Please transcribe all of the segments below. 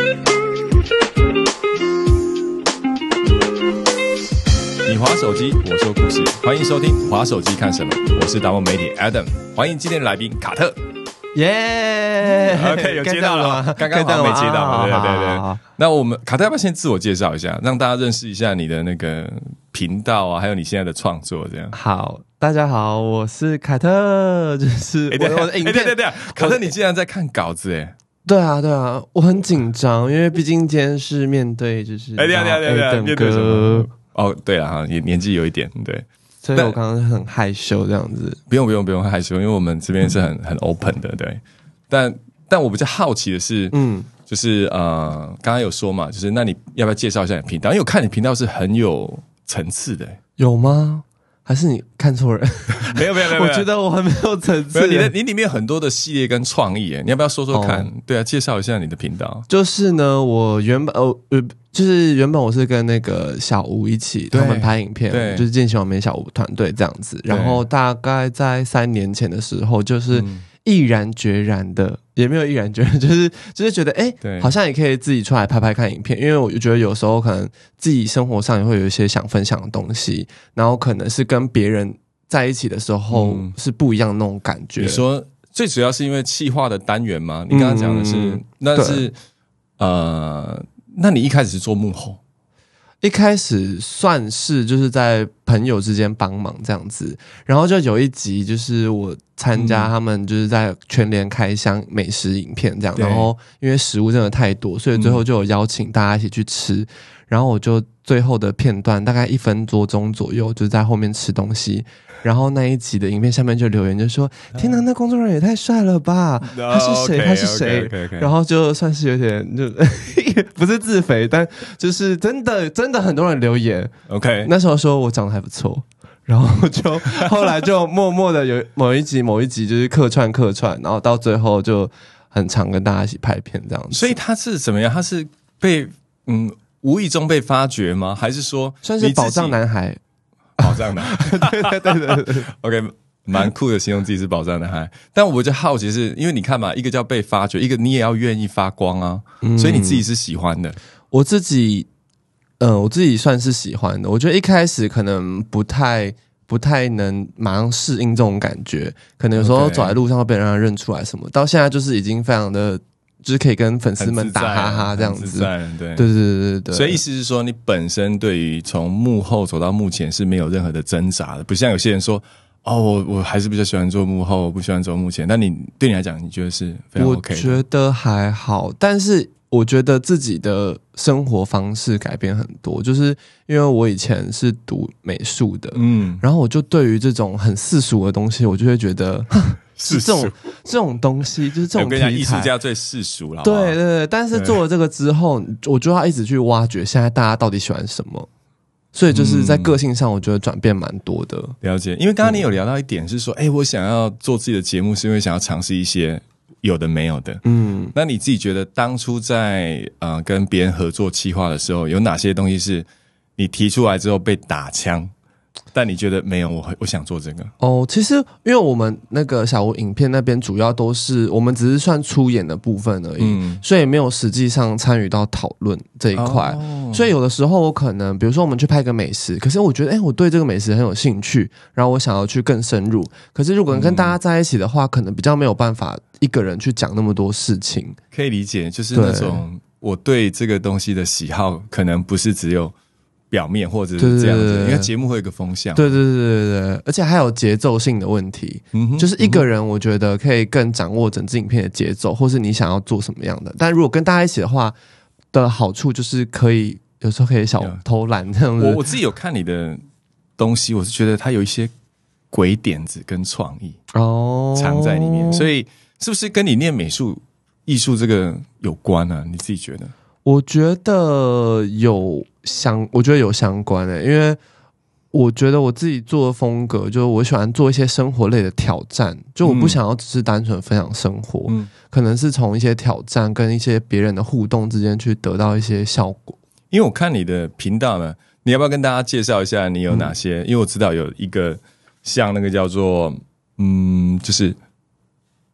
你滑手机，我说故事，欢迎收听《滑手机看什么》，我是达摩媒体 Adam， 欢迎今天的来宾卡特。 耶 OK， 有接到了吗？刚刚好没接到嘛？对。那我们卡特要不要先自我介绍一下，让大家认识一下你的那个频道啊，还有你现在的创作这样？ 好，大家好，我是凯特，就是我的影片。 对，卡特，你竟然在看稿子哎？ 对啊，我很紧张，因为毕竟今天是面对就是面对什么？哦，对了哈，也年纪有一点，对， 所以我刚刚很害羞这样子。 不用害羞，因为我们这边是很 open 的，对。但我比较好奇的是，就是刚刚有说嘛，就是那你要不要介绍一下你频道？因为我看你频道是很有层次的， 有吗？还是你看错人？ 没有， 我觉得我很没有层次。 你里面有很多的系列跟创意，你要不要说说看？对啊，介绍一下你的频道。 就是呢，我原本我是跟那个小吴一起，他们拍影片，就是健行网媒小吴团队这样子。然后大概在3年前的时候，就是毅然决然的，也没有毅然决然，就是觉得好像也可以自己出来拍看影片，因为我觉得有时候可能自己生活上也会有一些想分享的东西，然后可能是跟别人在一起的时候是不一样的那种感觉。 你说最主要是因为企划的单元吗？你刚刚讲的是，那是那你一开始是做幕后？ 一开始算是就是在朋友之间帮忙这样子，然后就有一集就是我参加他们就是在全联开箱美食影片这样，然后因为食物真的太多，所以最后就有邀请大家一起去吃，然后我就最后的片段大概1分多钟左右就在后面吃东西，然后那一集的影片下面就留言就说天哪，那工作人员也太帅了吧，他是谁他是谁，然后就算是有点就不是自肥，但就是真的很多人留言 OK， 那时候说我长得还不错，然后就后来就默默的有某一集就是客串，然后到最后就很常跟大家一起拍片这样子。 所以他是怎么样？他是被无意中被发掘吗？还是说算是宝藏男孩？ 宝藏男孩对 OK， 蛮酷的形容自己是宝藏男孩。但我就好奇是因为你看嘛，一个叫被发掘，一个你也要愿意发光啊，所以你自己是喜欢的。 我自己算是喜欢的。我觉得一开始可能不太能马上适应这种感觉，可能有时候走在路上会被人认出来什么。到现在就是已经非常的，就是可以跟粉丝们打哈哈这样子。对。 所以意思是说，你本身对于从幕后走到幕前是没有任何的挣扎的，不像有些人说。我还是比较喜欢做幕后，我不喜欢做幕前。但对你来讲，你觉得是非常 OK 的？ 我觉得还好，但是我觉得自己的生活方式改变很多，就是因为我以前是读美术的，然后我就对于这种很世俗的东西，我就会觉得是这种东西，就是这种题材， 艺术家最世俗了。 对，但是做了这个之后，我就要一直去挖掘现在大家到底喜欢什么。所以就是在个性上，我觉得转变蛮多的。 了解，因为刚刚你有聊到一点是说，我想要做自己的节目，是因为想要尝试一些有的没有的。那你自己觉得当初在跟别人合作企划的时候，有哪些东西是你提出来之后被打枪？但你觉得没有，我想做这个其实因为我们那个小吴影片那边主要都是我们只是算出演的部分而已，所以没有实际上参与到讨论这一块。所以有的时候我可能比如说我们去拍个美食，可是我觉得我对这个美食很有兴趣，然后我想要去更深入，可是如果跟大家在一起的话，可能比较没有办法一个人去讲那么多事情。 可以理解，就是那种我对这个东西的喜好可能不是只有表面或者是这样子，因为节目会有一个风向。对， 而且还有节奏性的问题，就是一个人我觉得可以更掌握整支影片的节奏，或是你想要做什么样的。但如果跟大家一起的话，的好处就是可以有时候可以小偷懒这样子。 我自己有看你的东西，我是觉得它有一些鬼点子跟创意藏在里面，所以是不是跟你念美术艺术这个有关啊？你自己觉得？ 我觉得有相关因为我觉得我自己做的风格，就是我喜欢做一些生活类的挑战，就我不想要只是单纯分享生活，可能是从一些挑战跟一些别人的互动之间去得到一些效果。 因为我看你的频道呢，你要不要跟大家介绍一下你有哪些？因为我知道有一个像那个叫做就是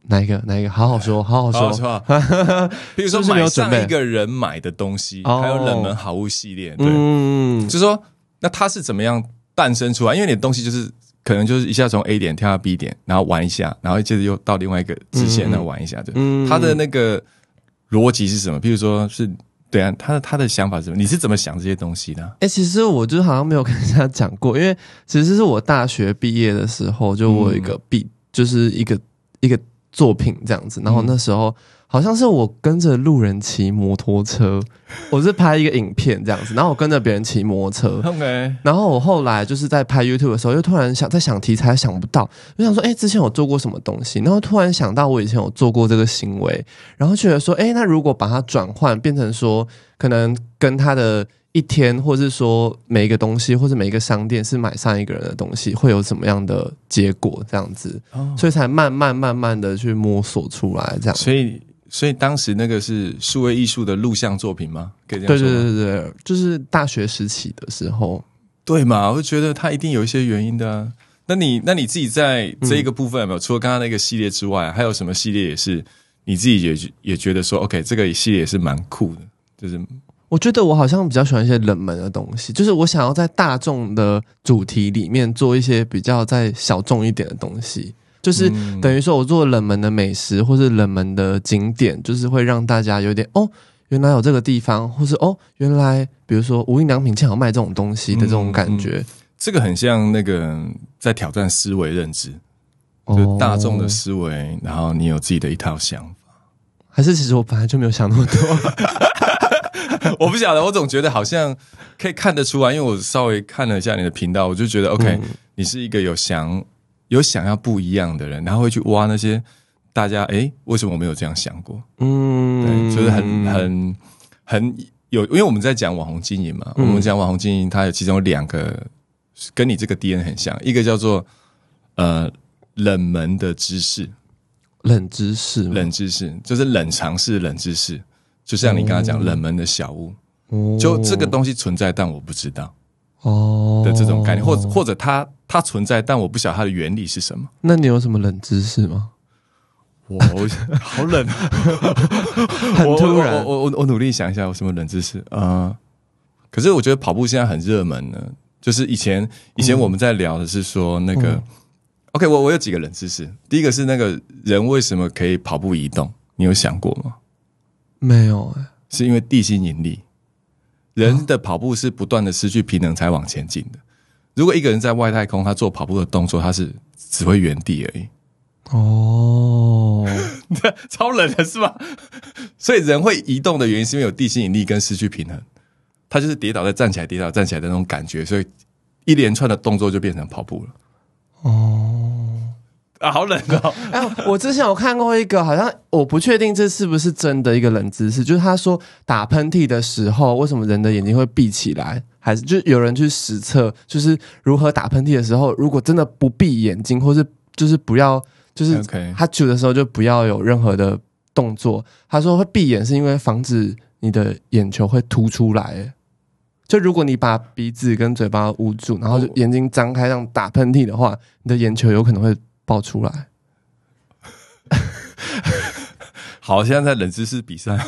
哪一个？好好说，好好说。 比如说是不是没有买准备上一个人买的东西，还有冷门好物系列，对，就是说，那它是怎么样诞生出来？因为你的东西就是可能就是一下从 A 点跳到 B 点，然后玩一下，然后接着又到另外一个支线，然后玩一下，对，它的那个逻辑是什么？譬如说是。对啊，他的想法是什么？你是怎么想这些东西的？ 其实我就好像没有跟人家讲过，因为其实是我大学毕业的时候，就我有一个就是一个作品这样子，然后那时候好像是我跟着路人骑摩托车，我是拍一个影片这样子，然后我跟着别人骑摩托车，然后我后来就是在拍 YouTube 的时候，又突然在想题材，想不到，就想说，之前有做过什么东西，然后突然想到我以前有做过这个行为，然后觉得说，那如果把它转换变成说，可能跟他的一天，或是说每一个东西，或是每一个商店是买上一个人的东西，会有什么样的结果？这样子，所以才慢慢的去摸索出来，这样。 所以当时那个是数位艺术的录像作品吗？可以这样说吗？ 对，就是大学时期的时候， 对嘛？我就觉得它一定有一些原因的啊。那你自己在这一个部分有没有？除了刚刚那个系列之外，还有什么系列也是你自己也觉得说 ，OK， 这个系列也是蛮酷的，就是。 我觉得我好像比较喜欢一些冷门的东西，就是我想要在大众的主题里面做一些比较再小众一点的东西，就是等于说我做冷门的美食或是冷门的景点，就是会让大家有点原来有这个地方，或是原来比如说无印良品竟然有卖这种东西的这种感觉。 这个很像那个在挑战思维认知，就是大众的思维，然后你有自己的一套想法。 还是其实我本来就没有想那么多。 我不晓得，我总觉得好像可以看得出来，因为我稍微看了一下你的频道，我就觉得 OK，你是一个有想要不一样的人，然后会去挖那些大家为什么我没有这样想过？对，就是很有，因为我们在讲网红经营嘛，我们讲网红经营，它有其中2个跟你这个 DNA 很像，一个叫做冷门的知识， 冷知识就是冷常识、冷知识。就像你刚刚讲冷门的小物，就这个东西存在，但我不知道的这种概念，或者它存在，但我不晓得它的原理是什么。 那你有什么冷知识吗？ 我好冷， 很突然。 我努力想一下有什么冷知识可是我觉得跑步现在很热门呢，就是以前我们在聊的是说那个，OK， 我有几个冷知识。第一个是那个人为什么可以跑步移动，你有想过吗？ 没有是因为地心引力，人的跑步是不断的失去平衡才往前进的。如果一个人在外太空，他做跑步的动作，他是只会原地而已。超冷的是吧？所以人会移动的原因是因为有地心引力跟失去平衡，他就是跌倒再站起来，跌倒站起来的那种感觉，所以一连串的动作就变成跑步了。好冷哦！ 我之前有看过一个，好像我不确定这是不是真的一个冷知识，就是他说打喷嚏的时候，为什么人的眼睛会闭起来？还是就有人去实测，就是如何打喷嚏的时候，如果真的不闭眼睛，或是就是不要，就是他吐的时候就不要有任何的动作。他说会闭眼是因为防止你的眼球会凸出来。就如果你把鼻子跟嘴巴捂住，然后就眼睛张开，这样打喷嚏的话，你的眼球有可能会爆出来。 好，现在在冷知识比赛。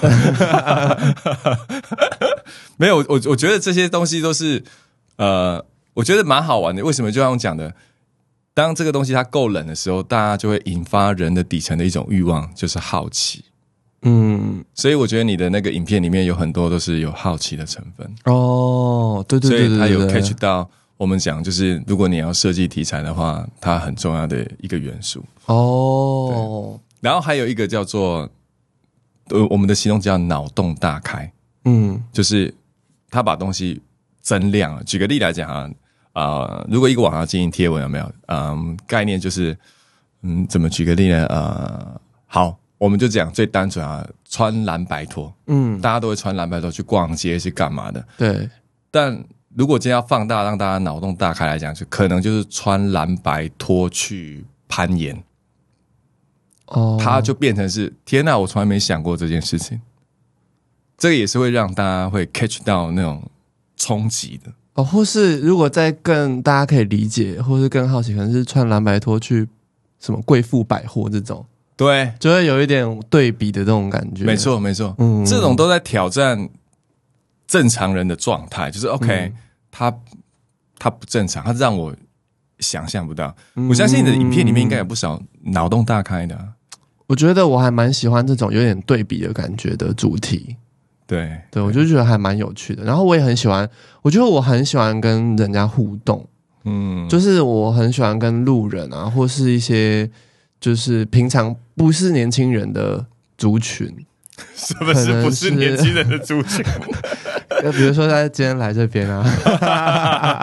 没有，我觉得这些东西都是我觉得蛮好玩的。为什么？就像我讲的，当这个东西它够冷的时候，大家就会引发人的底层的一种欲望，就是好奇。所以我觉得你的那个影片里面有很多都是有好奇的成分。 对， 所以它有 catch 到我们讲，就是如果你要设计题材的话，它很重要的一个元素。然后还有一个叫做我们的形容叫脑洞大开。就是他把东西增量了。举个例来讲如果一个网上经营贴文有没有概念就是怎么举个例呢？好。我们就讲最单纯穿蓝白拖，大家都会穿蓝白拖去逛街去干嘛的？对。但如果今天要放大，让大家脑洞大开来讲，就可能就是穿蓝白拖去攀岩。它就变成是天哪，我从来没想过这件事情。这个也是会让大家会 catch 到那种冲击的。或是如果再更大家可以理解，或是更好奇，可能是穿蓝白拖去什么贵妇百货这种。 对， 就会有一点对比的这种感觉。 没错，没错，这种都在挑战正常人的状态，就是 OK，他不正常，他让我想象不到。我相信你的影片里面应该有不少脑洞大开的啊。 我觉得我还蛮喜欢这种有点对比的感觉的主题。 对， 我就觉得还蛮有趣的。然后我也很喜欢，我觉得我很喜欢跟人家互动。就是我很喜欢跟路人啊，或是一些就是平常不是年轻人的族群。 什么是不是年轻人的族群？ 比如说他今天来这边啊。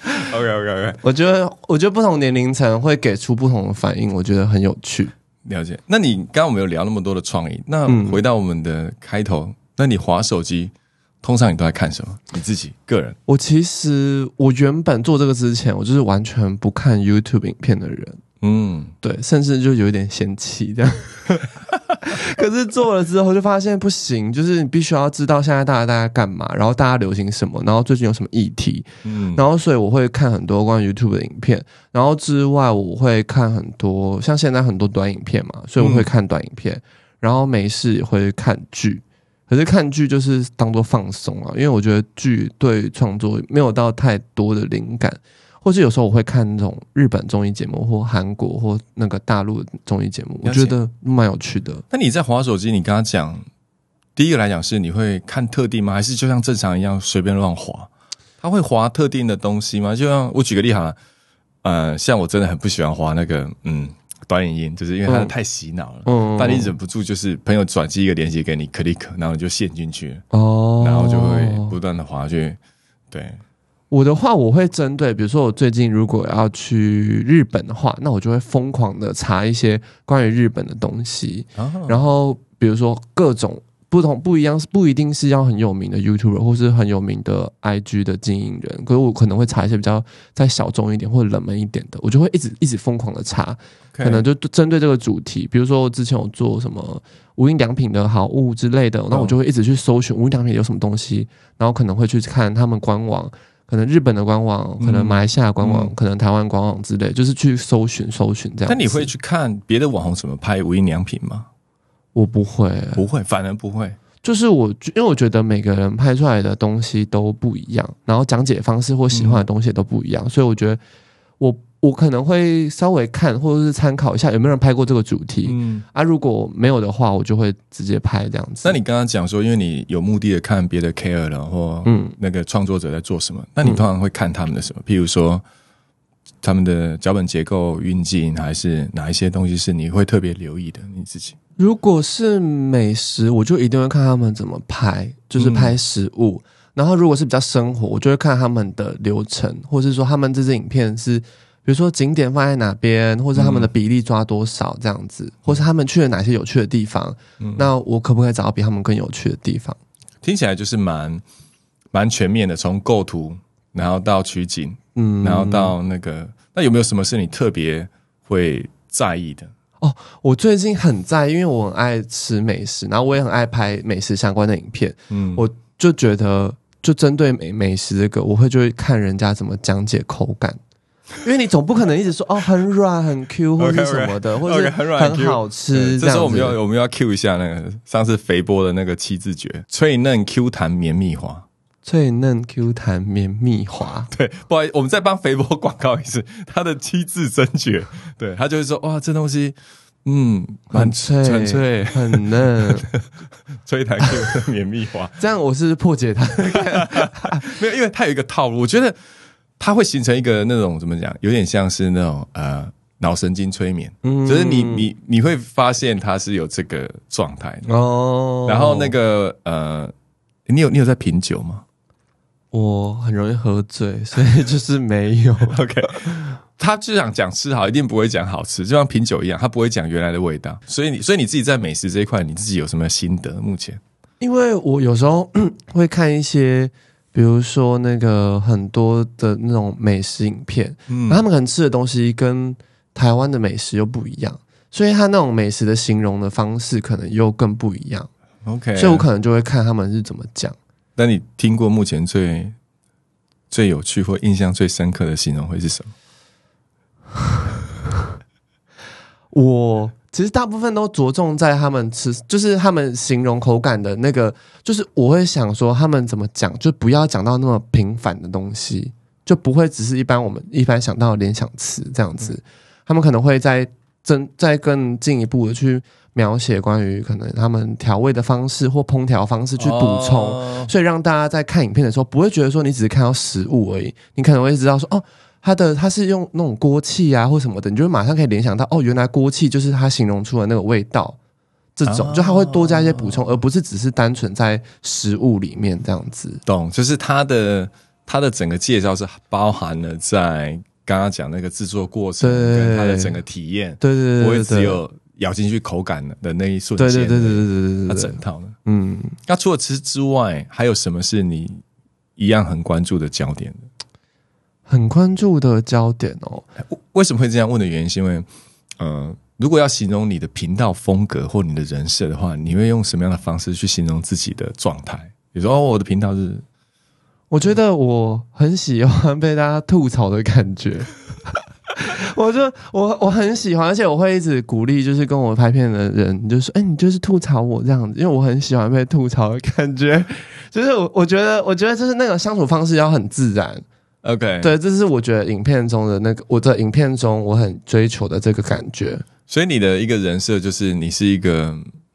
OK， 我觉得不同年龄层会给出不同的反应，我觉得很有趣。 了解。那你刚刚我们有聊那么多的创意，那回到我们的开头，那你滑手机通常你都在看什么？你自己个人？我原本做这个之前，我就是完全不看 YouTube 影片的人。对，甚至就有一点嫌弃这样。可是做了之后就发现不行，就是你必须要知道现在大家在干嘛，然后大家流行什么，然后最近有什么议题。然后所以我会看很多关于 YouTube 的影片，然后之外我会看很多像现在很多短影片嘛，所以我会看短影片，然后没事也会看剧。可是看剧就是当作放松啊，因为我觉得剧对创作没有到太多的灵感。或是有时候我会看那种日本综艺节目或韩国或那个大陆的综艺节目，我觉得蛮有趣的。那你在滑手机，你刚刚讲第一个来讲是你会看特定吗？还是就像正常一样随便乱滑？他会滑特定的东西吗？就像我举个例好了，像我真的很不喜欢滑那个短影音，就是因为它太洗脑了。但你忍不住就是朋友转寄一个链接给你 click， 然后你就陷进去了，然后就会不断的滑去。对。 我的话，我会针对，比如说我最近如果要去日本的话，那我就会疯狂的查一些关于日本的东西，然后比如说各种不一样，不一定是要很有名的 YouTuber 或是很有名的 IG 的经营人，可是我可能会查一些比较再小众一点或者冷门一点的，我就会一直疯狂的查，可能就针对这个主题，比如说我之前有做什么无印良品的好物之类的，那我就会一直去搜寻无印良品有什么东西，然后可能会去看他们官网。可能日本的官网，可能马来西亚官网，可能台湾官网之类，就是去搜寻这样。 那你会去看别的网红怎么拍无印良品吗？ 我不会， 反而不会。 就是因为我觉得每个人拍出来的东西都不一样，然后讲解方式或喜欢的东西也都不一样，所以我觉得我可能会稍微看或者是参考一下有没有人拍过这个主题。如果没有的话，我就会直接拍这样子。 那你刚刚讲说，因为你有目的的看别的 KOL 或那个创作者在做什么，那你通常会看他们的什么？譬如说他们的脚本结构、运镜，还是哪一些东西是你会特别留意的？你自己如果是美食，我就一定会看他们怎么拍，就是拍食物。然后如果是比较生活，我就会看他们的流程，或是说他们这支影片是比如说景点放在哪边，或者他们的比例抓多少这样子，或是他们去了哪些有趣的地方，那我可不可以找到比他们更有趣的地方？ 听起来就是蛮全面的，从构图，然后到取景，然后到那有没有什么是你特别会在意的？ 我最近很在意，因为我很爱吃美食，然后我也很爱拍美食相关的影片，我就觉得就针对美食这个，我就会看人家怎么讲解口感。因为你总不可能一直说很软很 Q 或是什么的，或者很好吃。 这时候我们要 Q 一下那个上次肥波的那个7字诀：脆嫩 Q 弹绵密滑。 脆嫩 Q 弹绵密滑。 对，不好意思，我们再帮肥波广告一次，他的7字真诀。对，他就会说哇，这东西很脆很嫩， 脆弹 Q 绵密滑。 这样我是破解它。 没有，因为它有一个套路，我觉得。它会形成一个那种怎么讲，有点像是那种脑神经催眠，就是你会发现它是有这个状态的哦。然后那个你有在品酒吗？ 我很容易喝醉，所以就是没有。 OK， 他就想讲吃好，一定不会讲好吃，就像品酒一样，他不会讲原来的味道。所以你自己在美食这一块，你自己有什么心得？目前， 因为我有时候会看一些。比如说那个很多的那种美食影片，他们可能吃的东西跟台湾的美食又不一样，所以他那种美食的形容的方式可能又更不一样。 OK， 所以我可能就会看他们是怎么讲。 那你听过目前最有趣或印象最深刻的形容会是什么？ 我其实大部分都着重在他们吃，就是他们形容口感的那个，就是我会想说他们怎么讲，就不要讲到那么平凡的东西，就不会只是我们一般想到的联想词这样子，他们可能会再更进一步的去描写关于可能他们调味的方式或烹调方式去补充，所以让大家在看影片的时候不会觉得说你只是看到食物而已，你可能会知道说哦。它是用那种锅气啊或什么的，你就会马上可以联想到哦，原来锅气就是它形容出的那个味道，这种就它会多加一些补充，而不是只是单纯在食物里面这样子。 懂，就是它的整个介绍是包含了在刚刚讲那个制作过程跟它的整个体验， 对， 不会只有咬进去口感的那一瞬间， 对， 它整套的。那除了吃之外，还有什么是你一样很关注的焦点的？ 很关注的焦点哦， 为什么会这样问的原因是因为，如果要形容你的频道风格或你的人设的话，你会用什么样的方式去形容自己的状态？比如说，我的频道是， 我觉得我很喜欢被大家吐槽的感觉。我很喜欢，而且我会一直鼓励，就是跟我拍片的人，就说：“你就是吐槽我这样子。”因为我很喜欢被吐槽的感觉，就是我觉得就是那个相处方式要很自然。 OK， 对，这是我觉得影片中的那个，我的影片中我很追求的这个感觉。 所以你的一个人设就是你是一个，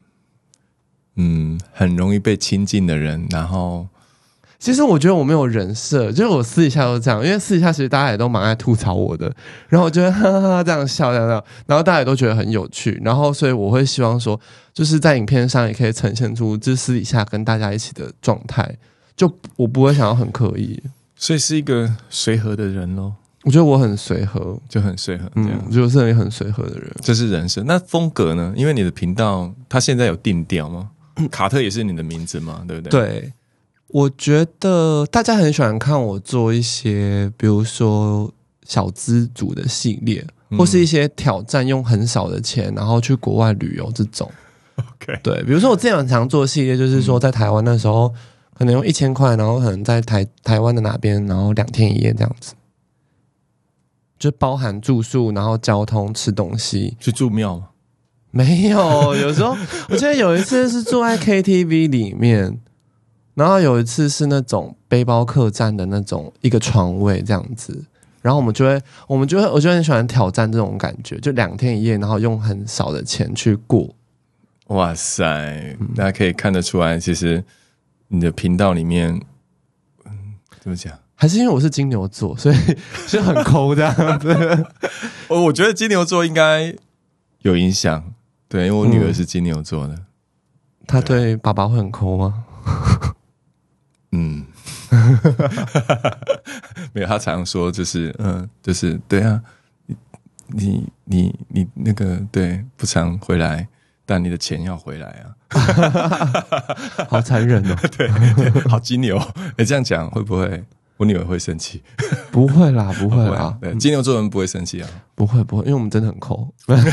很容易被亲近的人，然后。 其实我觉得我没有人设，就是我私底下都这样，因为私底下其实大家也都蛮爱吐槽我的，然后我就会哈哈哈这样笑，然后大家也都觉得很有趣，然后所以我会希望说，就是在影片上也可以呈现出就是私底下跟大家一起的状态，就我不会想要很刻意， 所以是一个随和的人咯。 我觉得我很随和， 就很随和，这样， 我觉得我是一个很随和的人。 这是人设。那风格呢？因为你的频道它现在有定调吗？卡特也是你的名字嘛，对不对？ 对。我觉得大家很喜欢看我做一些，比如说小资族的系列，或是一些挑战，用很少的钱，然后去国外旅游这种。 OK， 对，比如说我之前很常做的系列，就是说在台湾那时候，可能用1000块，然后可能在台湾的哪边，然后2天1夜这样子，就包含住宿，然后交通、吃东西。 去住庙吗？ 没有，有时候我记得有一次是住在 KTV 里面。然后有一次是那种背包客栈的那种一个床位这样子，然后我就很喜欢挑战这种感觉，就2天1夜，然后用很少的钱去过。 哇塞，大家可以看得出来，其实你的频道里面，怎么讲？ 还是因为我是金牛座，所以就很抠这样子。 我觉得金牛座应该有影响，对，因为我女儿是金牛座的。 她对爸爸会很抠吗？ 没有，他常说就是对啊，你那个对不常回来，但你的钱要回来啊， 好残忍哦， 对，好金牛，这样讲会不会我女儿会生气？ 不会啦，不会啦， 对，金牛座人不会生气啊， 不会，因为我们真的很抠。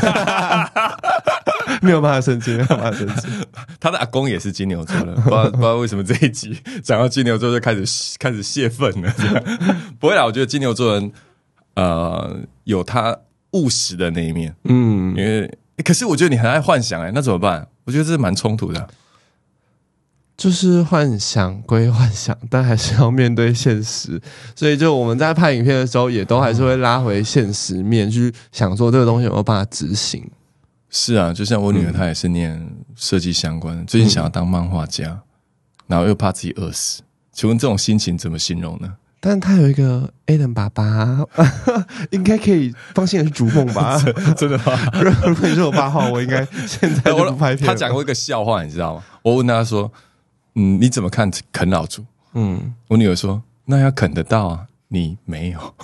没有办法生气， 他的阿公也是金牛座的，不知道为什么这一集讲到金牛座就开始泄愤了。不会啦，我觉得金牛座人有他务实的那一面，因为可是我觉得你很爱幻想那怎么办？我觉得这是蛮冲突的。 就是幻想归幻想，但还是要面对现实，所以就我们在拍影片的时候，也都还是会拉回现实面去想说这个东西有没有办法执行。 是啊，就像我女儿，她也是念设计相关的，最近想要当漫画家，然后又怕自己饿死。请问这种心情怎么形容呢？ 但他有一个 Aiden 爸爸，应该可以放心的去逐梦吧？ 真的吗？ 如果你是我爸的话，我应该现在就不拍片了。 他讲过一个笑话，你知道吗？我问他说：“你怎么看啃老族？”我女儿说：“那要啃得到啊，你没有。”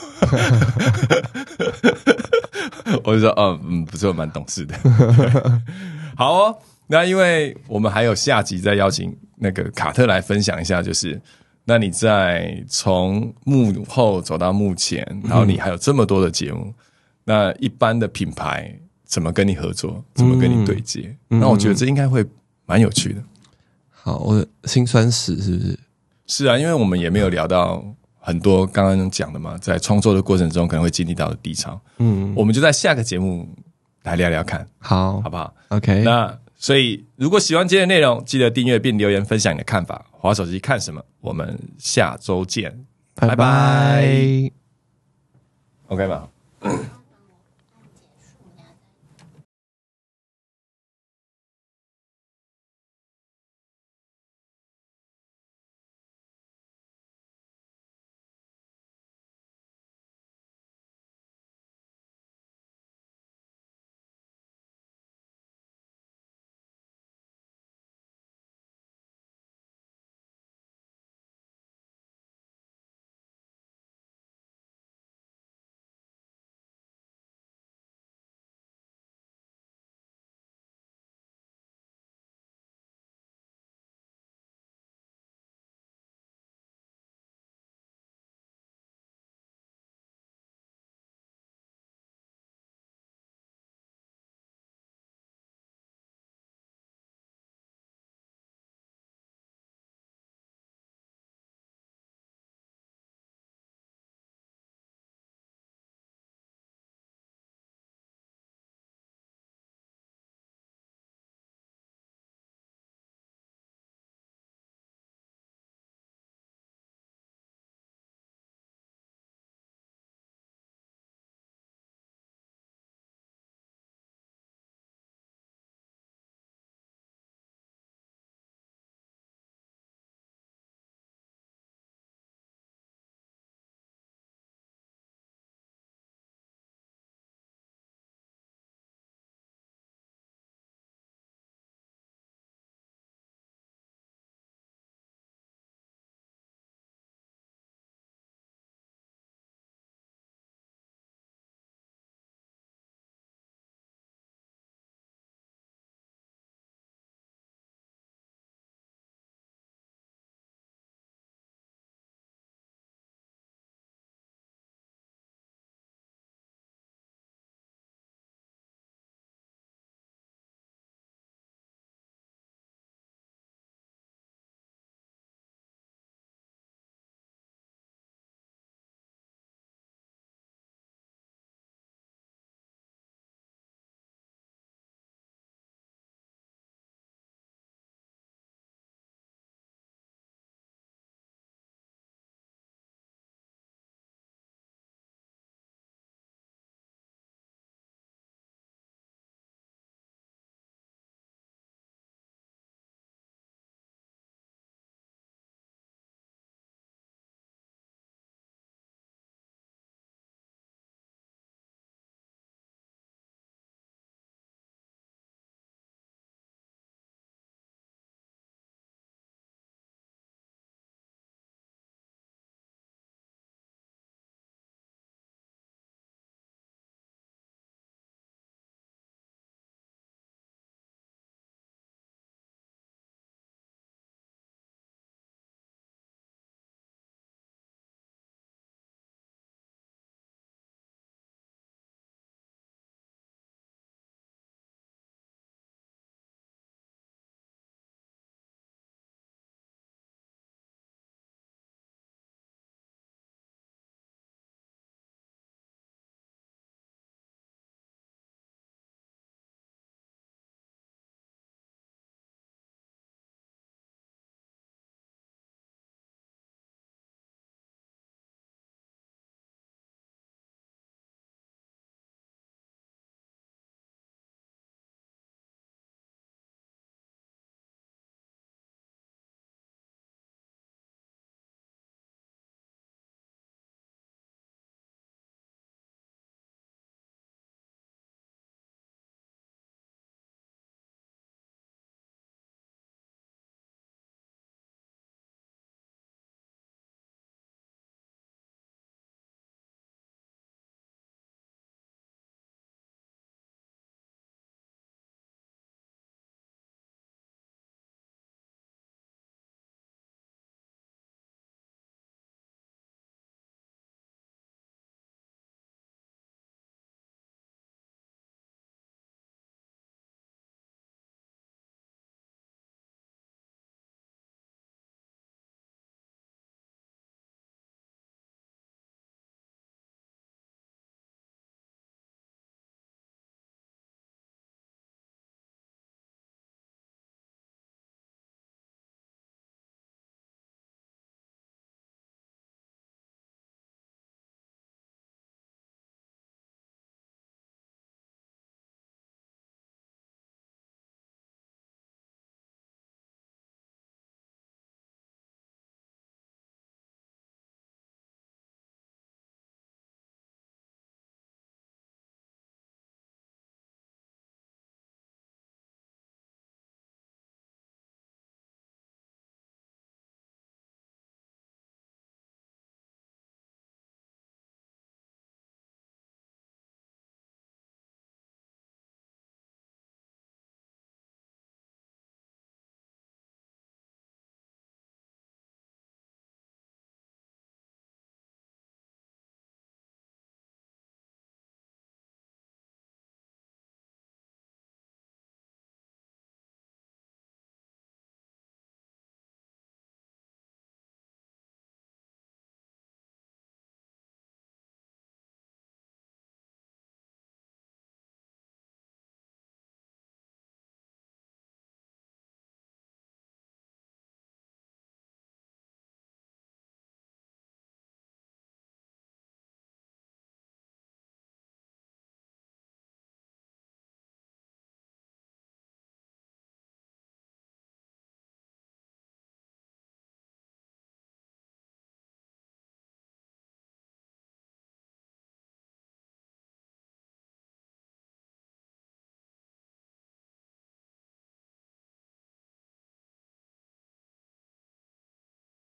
我就说：“不错，蛮懂事的。”好哦，那因为我们还有下集再邀请那个卡特来分享一下，就是那你在从幕后走到幕前，然后你还有这么多的节目，那一般的品牌怎么跟你合作，怎么跟你对接？那我觉得这应该会蛮有趣的。 好，我的辛酸史是不是？ 是啊，因为我们也没有聊到很多刚刚讲的嘛，在创作的过程中可能会经历到的低潮。我们就在下个节目来聊聊看， 好不好 ？OK， 那所以如果喜欢今天的内容，记得订阅并留言分享你的看法。滑手机看什么？我们下周见，拜拜。 拜拜。 OK 吧？